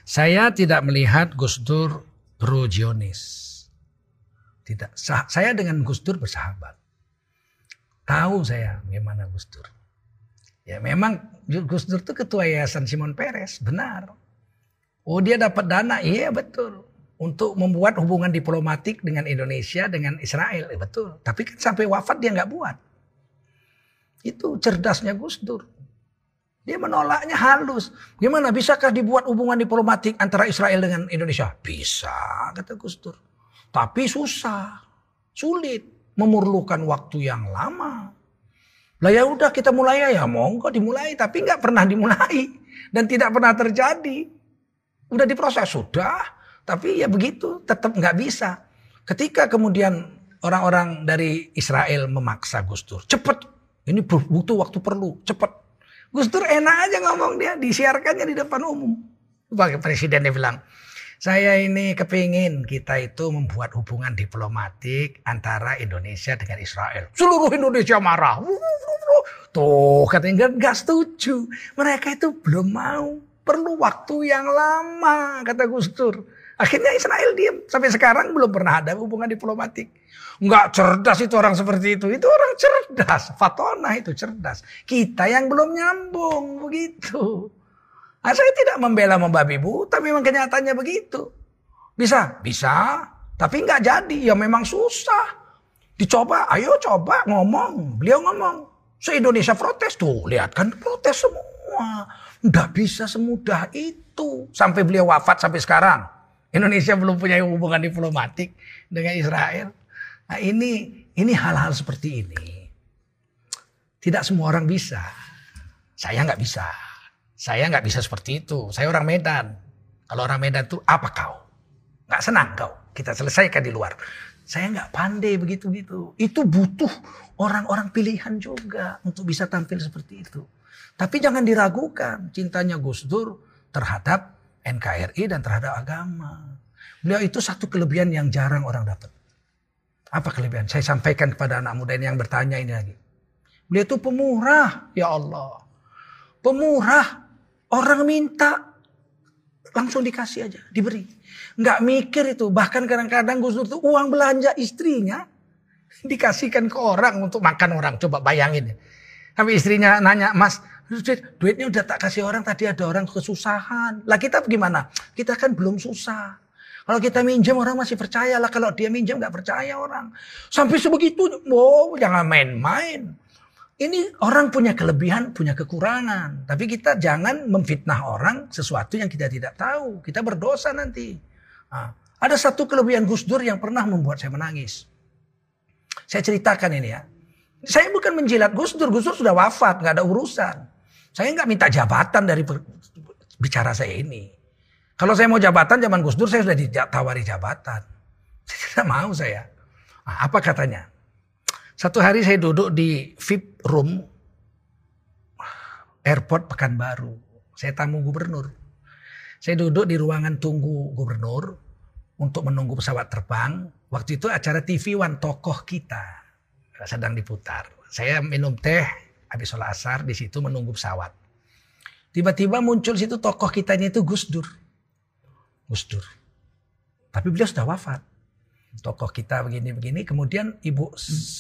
Saya tidak melihat Gus Dur pro-Zionis. Tidak. Saya dengan Gus Dur bersahabat. Tahu saya bagaimana Gus Dur. Ya memang Gus Dur itu ketua Yayasan Shimon Peres, benar. Oh dia dapat dana, iya betul. Untuk membuat hubungan diplomatik dengan Indonesia, dengan Israel, betul. Tapi kan sampai wafat dia nggak buat. Itu cerdasnya Gus Dur. Dia menolaknya halus. Gimana bisakah dibuat hubungan diplomatik antara Israel dengan Indonesia? Bisa, kata Gus Dur. Tapi susah, sulit, memerlukan waktu yang lama. Lah ya udah kita mulai ya monggo dimulai, tapi nggak pernah dimulai dan tidak pernah terjadi. Udah diproses sudah, tapi ya begitu, tetap nggak bisa. Ketika kemudian orang-orang dari Israel memaksa Gus Dur, cepet, ini butuh waktu perlu, cepet. Gus Dur enak aja ngomong dia, disiarkannya di depan umum. Sebagai presiden dia bilang, saya ini kepingin kita itu membuat hubungan diplomatik antara Indonesia dengan Israel. Seluruh Indonesia marah. Tuh katanya gak setuju. Mereka itu belum mau. Perlu waktu yang lama kata Gus Dur. Akhirnya Israel diam. Sampai sekarang belum pernah ada hubungan diplomatik. Enggak cerdas itu orang seperti itu. Itu orang cerdas. Fatona itu cerdas. Kita yang belum nyambung begitu. Nah, saya tidak membela membabi buta, memang kenyataannya begitu. Bisa? Bisa. Tapi enggak jadi. Ya memang susah. Dicoba, ayo coba ngomong. Beliau ngomong. Se-Indonesia protes tuh. Lihat kan protes semua. Enggak bisa semudah itu. Sampai beliau wafat sampai sekarang. Indonesia belum punya hubungan diplomatik dengan Israel. Nah ini hal-hal seperti ini. Tidak semua orang bisa. Saya nggak bisa. Saya nggak bisa seperti itu. Saya orang Medan. Kalau orang Medan tuh apa kau? Nggak senang kau? Kita selesaikan di luar. Saya nggak pandai begitu-gitu. Itu butuh orang-orang pilihan juga untuk bisa tampil seperti itu. Tapi jangan diragukan cintanya Gus Dur terhadap NKRI dan terhadap agama. Beliau itu satu kelebihan yang jarang orang dapat. Apa kelebihan? Saya sampaikan kepada anak muda ini yang bertanya ini lagi. Beliau itu pemurah, ya Allah. Pemurah. Orang minta langsung dikasih aja, diberi. Nggak mikir itu. Bahkan kadang-kadang Gus Dur itu uang belanja istrinya dikasihkan ke orang untuk makan orang. Coba bayangin. Tapi istrinya nanya, Mas, duitnya udah tak kasih orang, tadi ada orang kesusahan. Lah kita gimana? Kita kan belum susah. Kalau kita minjem orang masih percaya lah. Kalau dia minjem gak percaya orang. Sampai sebegitu, jangan main-main. Ini orang punya kelebihan, punya kekurangan. Tapi kita jangan memfitnah orang sesuatu yang kita tidak tahu. Kita berdosa nanti. Nah, ada satu kelebihan Gus Dur yang pernah membuat saya menangis. Saya ceritakan ini ya. Saya bukan menjilat Gus Dur sudah wafat, gak ada urusan. Saya nggak minta jabatan dari bicara saya ini. Kalau saya mau jabatan zaman Gus Dur saya sudah ditawari jabatan. Saya tidak mau saya. Nah, apa katanya? Satu hari saya duduk di VIP room airport Pekanbaru. Saya tamu gubernur. Saya duduk di ruangan tunggu gubernur untuk menunggu pesawat terbang. Waktu itu acara TV One tokoh kita sedang diputar. Saya minum teh. Habis sholat asar di situ menunggu pesawat. Tiba-tiba muncul situ tokoh kitanya itu Gus Dur. Gus Dur. Tapi beliau sudah wafat. Tokoh kita begini-begini. Kemudian ibu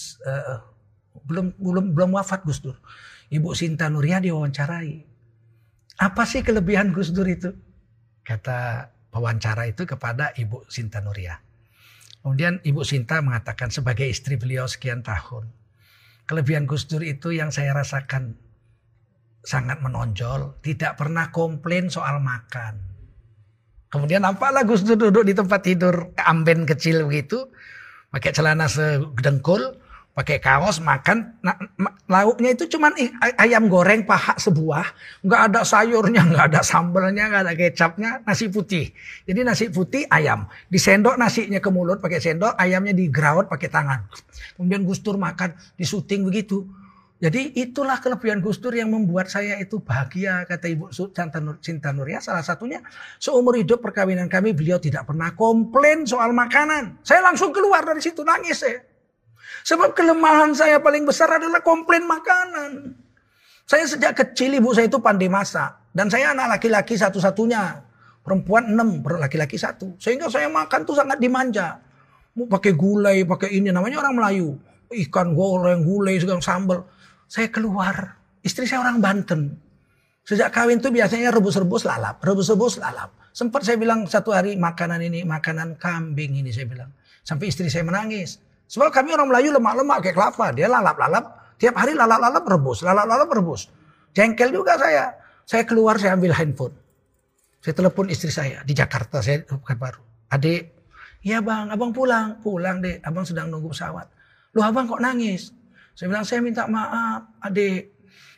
belum wafat Gus Dur. Ibu Sinta Nuria diwawancarai. Apa sih kelebihan Gus Dur itu? Kata pewawancara itu kepada Ibu Sinta Nuria. Kemudian Ibu Sinta mengatakan sebagai istri beliau sekian tahun. Kelebihan Gus Dur itu yang saya rasakan sangat menonjol. Tidak pernah komplain soal makan. Kemudian nampaklah Gus Dur duduk di tempat tidur amben kecil begitu. Pakai celana sedengkul. Pakai kaos makan. Nah, lauknya itu cuma ayam goreng paha sebuah. Nggak ada sayurnya, nggak ada sambalnya, nggak ada kecapnya. Nasi putih. Jadi nasi putih ayam. Disendok nasinya ke mulut pakai sendok. Ayamnya digerawat pakai tangan. Kemudian Gus Dur makan di syuting begitu. Jadi itulah kelebihan Gus Dur yang membuat saya itu bahagia. Kata Ibu Sinta Nuria salah satunya. Seumur hidup perkawinan kami beliau tidak pernah komplain soal makanan. Saya langsung keluar dari situ nangis saya. Sebab kelemahan saya paling besar adalah komplain makanan. Saya sejak kecil ibu saya itu pandai masak. Dan saya anak laki-laki satu-satunya. perempuan 6, laki-laki 1. Sehingga saya makan tuh sangat dimanja. Mau pakai gulai, pakai ini, namanya orang Melayu. Ikan goreng, gulai, segala sambal. Saya keluar, istri saya orang Banten. Sejak kawin tuh biasanya rebus-rebus lalap, rebus-rebus lalap. Sempat saya bilang satu hari makanan ini, makanan kambing ini saya bilang. Sampai istri saya menangis. Sebab kami orang Melayu lemak-lemak kayak kelapa. Dia lalap-lalap, tiap hari lalap-lalap rebus, lalap-lalap rebus. Jengkel juga saya. Saya keluar, saya ambil handphone. Saya telepon istri saya di Jakarta, saya baru. Adik, iya bang, abang pulang. Pulang dek, abang sedang nunggu pesawat. Loh abang kok nangis? Saya bilang, saya minta maaf adik.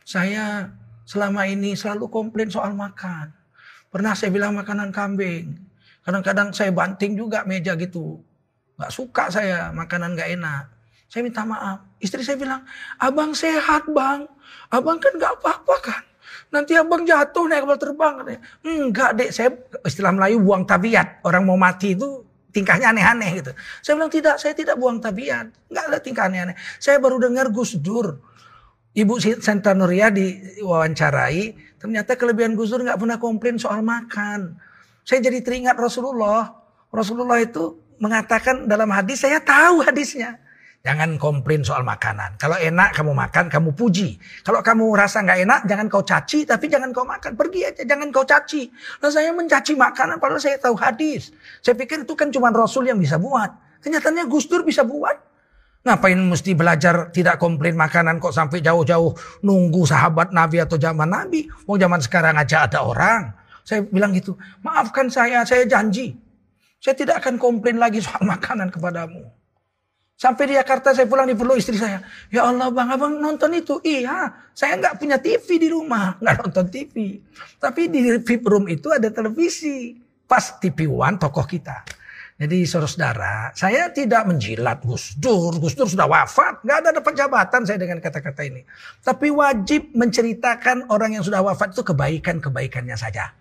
Saya selama ini selalu komplain soal makan. Pernah saya bilang makanan kambing. Kadang-kadang saya banting juga meja gitu. Gak suka saya makanan gak enak. Saya minta maaf. Istri saya bilang, abang sehat bang. Abang kan gak apa-apa kan. Nanti abang jatuh naik kapal terbang. Enggak dek, saya istilah Melayu buang tabiat. Orang mau mati itu tingkahnya aneh-aneh gitu. Saya bilang tidak, saya tidak buang tabiat. Enggak ada tingkah aneh-aneh. Saya baru dengar Gus Dur. Ibu Santa Nuria diwawancarai. Ternyata kelebihan Gus Dur gak pernah komplain soal makan. Saya jadi teringat Rasulullah. Rasulullah itu mengatakan dalam hadis, saya tahu hadisnya. Jangan komplain soal makanan. Kalau enak kamu makan, kamu puji. Kalau kamu rasa nggak enak, jangan kau caci, tapi jangan kau makan. Pergi aja, jangan kau caci. Nah saya mencaci makanan, padahal saya tahu hadis. Saya pikir itu kan cuma Rasul yang bisa buat. Kenyataannya Gus Dur bisa buat. Ngapain mesti belajar tidak komplain makanan kok sampai jauh-jauh nunggu sahabat Nabi atau zaman Nabi. Mau zaman sekarang aja ada orang. Saya bilang gitu, maafkan saya janji. Saya tidak akan komplain lagi soal makanan kepadamu. Sampai di Jakarta saya pulang dipeluk istri saya. Ya Allah bang, abang nonton itu? Iya, saya nggak punya TV di rumah. Nggak nonton TV. Tapi di VIP room itu ada televisi. Pas TV One tokoh kita. Jadi saudara, saya tidak menjilat Gus Dur. Gus Dur sudah wafat. Nggak ada jabatan saya dengan kata-kata ini. Tapi wajib menceritakan orang yang sudah wafat itu kebaikan-kebaikannya saja.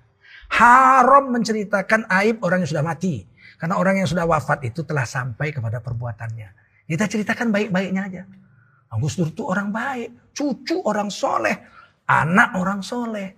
Haram menceritakan aib orang yang sudah mati. Karena orang yang sudah wafat itu telah sampai kepada perbuatannya. Kita ceritakan baik-baiknya aja. Gus Dur itu orang baik. Cucu orang soleh. Anak orang soleh.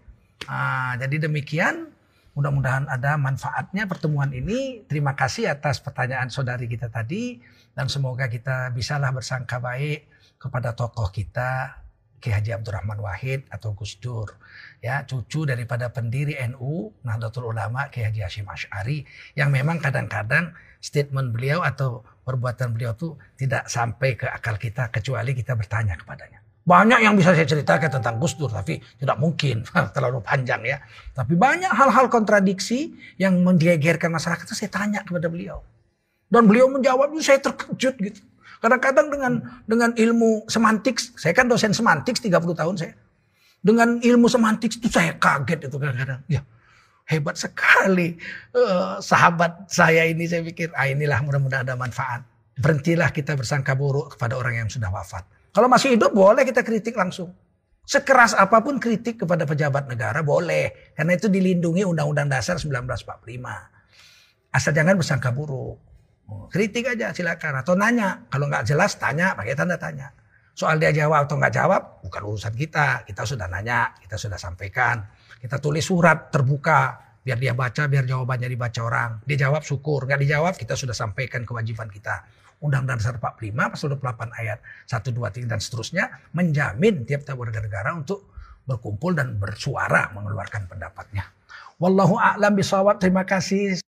Jadi demikian. Mudah-mudahan ada manfaatnya pertemuan ini. Terima kasih atas pertanyaan saudari kita tadi. Dan semoga kita bisalah bersangka baik kepada tokoh kita. Ki Haji Abdurrahman Wahid atau Gus Dur. Ya, cucu daripada pendiri NU, Nahdlatul Ulama, Ki Haji Hasyim Asy'ari. Yang memang kadang-kadang statement beliau atau perbuatan beliau itu tidak sampai ke akal kita kecuali kita bertanya kepadanya. Banyak yang bisa saya ceritakan tentang Gus Dur, tapi tidak mungkin, terlalu panjang ya. Tapi banyak hal-hal kontradiksi yang menggegerkan masyarakat itu saya tanya kepada beliau. Dan beliau menjawab itu saya terkejut gitu. Kadang-kadang dengan ilmu semantik, saya kan dosen semantik 30 tahun saya. Dengan ilmu semantik itu saya kaget itu kadang-kadang. Ya, hebat sekali sahabat saya ini, saya pikir inilah mudah-mudahan ada manfaat. Berhentilah kita bersangka buruk kepada orang yang sudah wafat. Kalau masih hidup boleh kita kritik langsung. Sekeras apapun kritik kepada pejabat negara boleh. Karena itu dilindungi Undang-Undang Dasar 1945. Asal jangan bersangka buruk. Kritik aja silakan. Atau nanya. Kalau nggak jelas tanya pakai tanda tanya. Soal dia jawab atau nggak jawab bukan urusan kita. Kita sudah nanya, kita sudah sampaikan. Kita tulis surat terbuka. Biar dia baca, biar jawabannya dibaca orang. Dia jawab syukur. Nggak dijawab kita sudah sampaikan kewajiban kita. Undang-Undang Dasar 45 pasal 28 ayat 1, 2, 3 dan seterusnya menjamin tiap-tiap warga negara untuk berkumpul dan bersuara mengeluarkan pendapatnya. Wallahu a'lam bishawab. Terima kasih.